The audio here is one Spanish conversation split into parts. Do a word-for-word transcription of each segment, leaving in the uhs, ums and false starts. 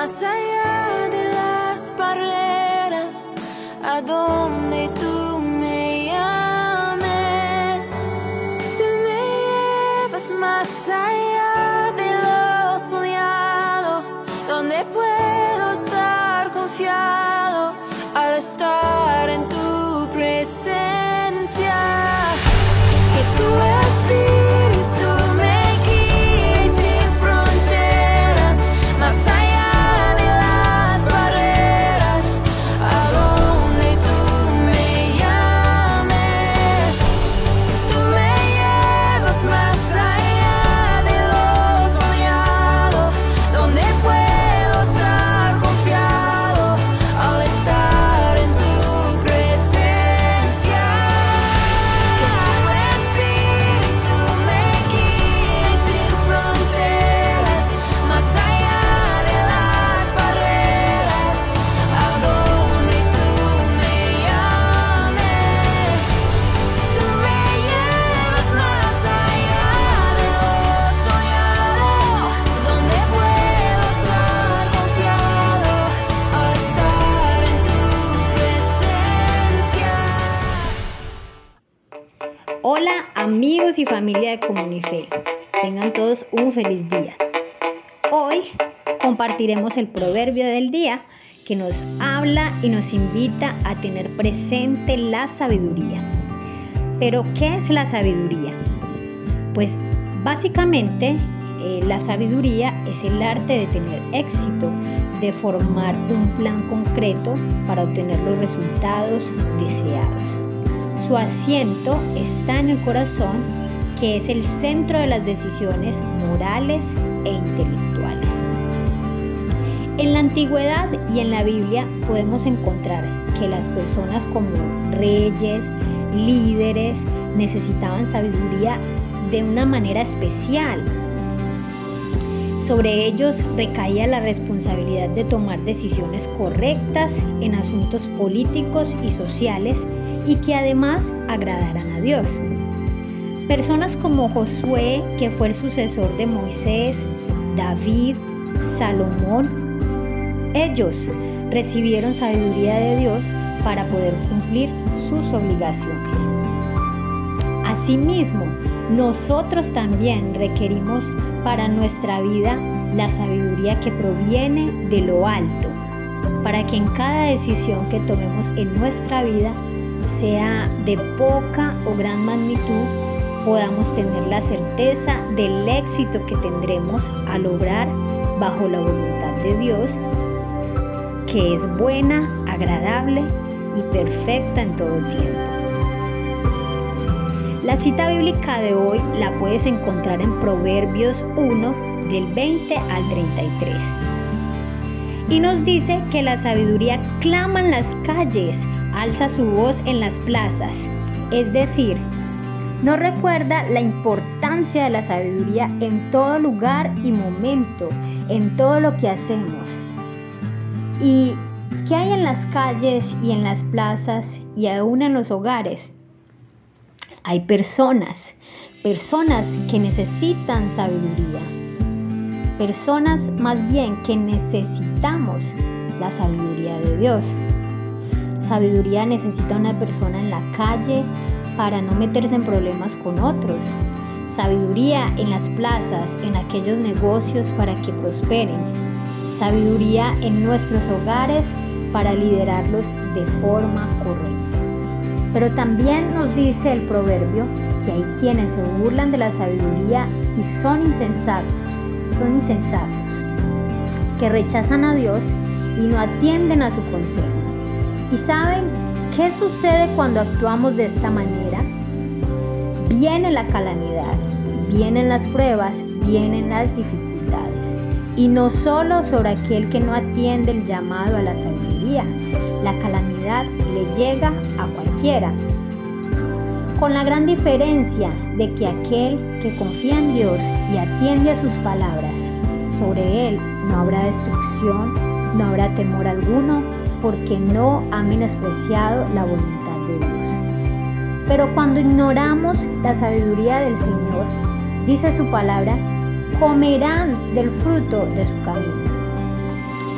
más allá de las barreras, a donde tú me llames. Tú me llevas más allá de lo soñado, donde puedo estar confiado al estar en tu presencia. Que tu espíritu me guíe sin fronteras, más allá de las barreras, a donde tú me llames. Tú me llevas más allá de lo soñado, donde puedo estar confiado al estar en tu presencia. Que tu espíritu me guíe sin fronteras, más allá de las barreras, a donde tú me llames. Tú me llevas más allá de lo soñado, donde puedo estar confiado al estar en tu presencia. Hola amigos y familia de Comunife, tengan todos un feliz día. Hoy compartiremos el proverbio del día que nos habla y nos invita a tener presente la sabiduría. Pero ¿qué es la sabiduría? Pues básicamente eh, la sabiduría es el arte de tener éxito, de formar un plan concreto para obtener los resultados deseados. Su asiento está en el corazón, que es el centro de las decisiones morales e intelectuales. En la antigüedad y en la Biblia podemos encontrar que las personas como reyes, líderes, necesitaban sabiduría de una manera especial. Sobre ellos recaía la responsabilidad de tomar decisiones correctas en asuntos políticos y sociales y que además agradaran a Dios. Personas como Josué, que fue el sucesor de Moisés, David, Salomón, ellos recibieron sabiduría de Dios para poder cumplir sus obligaciones. Asimismo, nosotros también requerimos para nuestra vida la sabiduría que proviene de lo alto, para que en cada decisión que tomemos en nuestra vida, sea de poca o gran magnitud, podamos tener la certeza del éxito que tendremos al obrar bajo la voluntad de Dios, que es buena, agradable y perfecta en todo tiempo. La cita bíblica de hoy la puedes encontrar en Proverbios uno, del veinte al treinta y tres. Y nos dice que la sabiduría clama en las calles, alza su voz en las plazas. Es decir, nos recuerda la importancia de la sabiduría en todo lugar y momento, en todo lo que hacemos. ¿Y qué hay en las calles y en las plazas y aún en los hogares? Hay personas, personas que necesitan sabiduría. Personas más bien que necesitamos la sabiduría de Dios. Sabiduría necesita una persona en la calle para no meterse en problemas con otros. Sabiduría en las plazas, en aquellos negocios para que prosperen. Sabiduría en nuestros hogares para liderarlos de forma correcta. Pero también nos dice el proverbio que hay quienes se burlan de la sabiduría y son insensatos, son insensatos, que rechazan a Dios y no atienden a su consejo. ¿Y saben qué sucede cuando actuamos de esta manera? Viene la calamidad, vienen las pruebas, vienen las dificultades. Y no solo sobre aquel que no atiende el llamado a la sabiduría, la calamidad le llega a cualquiera. Con la gran diferencia de que aquel que confía en Dios y atiende a sus palabras, sobre él no habrá destrucción, no habrá temor alguno, porque no ha menospreciado la voluntad de Dios. Pero cuando ignoramos la sabiduría del Señor, dice su palabra, comerán del fruto de su camino.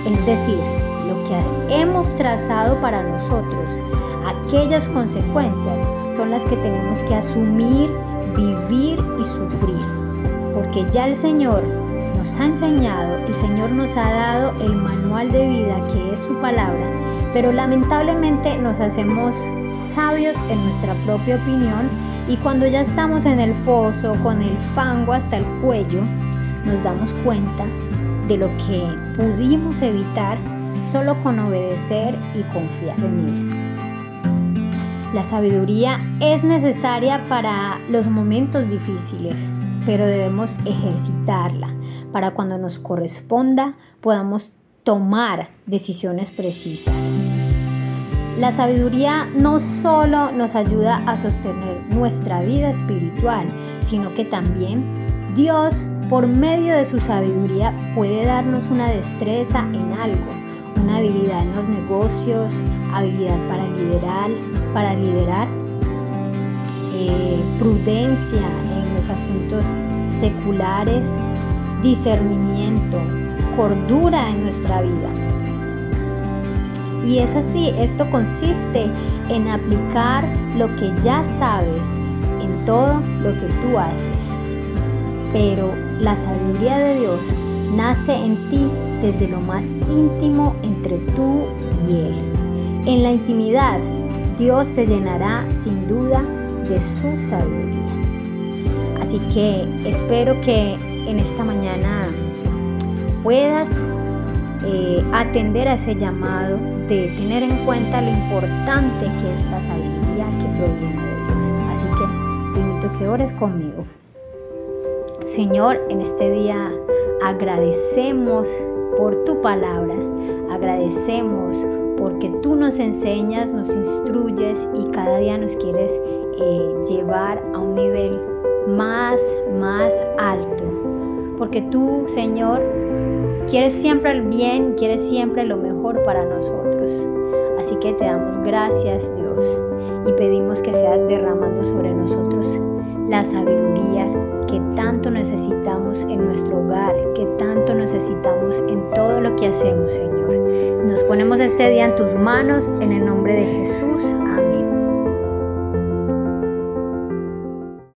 Es decir, lo que hemos trazado para nosotros, aquellas consecuencias son las que tenemos que asumir, vivir y sufrir. Porque ya el Señor nos ha enseñado, el Señor nos ha dado el manual de vida que es su palabra, pero lamentablemente nos hacemos sabios en nuestra propia opinión y cuando ya estamos en el foso con el fango hasta el cuello, nos damos cuenta de lo que pudimos evitar solo con obedecer y confiar en Él. La sabiduría es necesaria para los momentos difíciles, pero debemos ejercitarla para cuando nos corresponda podamos tomar decisiones precisas. La sabiduría no solo nos ayuda a sostener nuestra vida espiritual, sino que también Dios, por medio de su sabiduría, puede darnos una destreza en algo, una habilidad en los negocios, habilidad para liderar, para liderar, eh, prudencia en los asuntos seculares, discernimiento, cordura en nuestra vida. Y es así, esto consiste en aplicar lo que ya sabes en todo lo que tú haces. Pero la sabiduría de Dios nace en ti desde lo más íntimo entre tú y Él. En la intimidad, Dios te llenará sin duda de su sabiduría. Así que espero que en esta mañana puedas eh, atender a ese llamado de tener en cuenta lo importante que es la sabiduría que proviene de Dios. Así que te invito a que ores conmigo. Señor, en este día agradecemos por tu palabra, agradecemos porque tú nos enseñas, nos instruyes y cada día nos quieres eh, llevar a un nivel más, más alto. Porque tú, Señor, quieres siempre el bien, quieres siempre lo mejor para nosotros. Así que te damos gracias, Dios, y pedimos que seas derramando sobre nosotros la sabiduría que tanto necesitamos en nuestro hogar, que tanto necesitamos en todo lo que hacemos, Señor. Nos ponemos este día en tus manos, en el nombre de Jesús. Amén.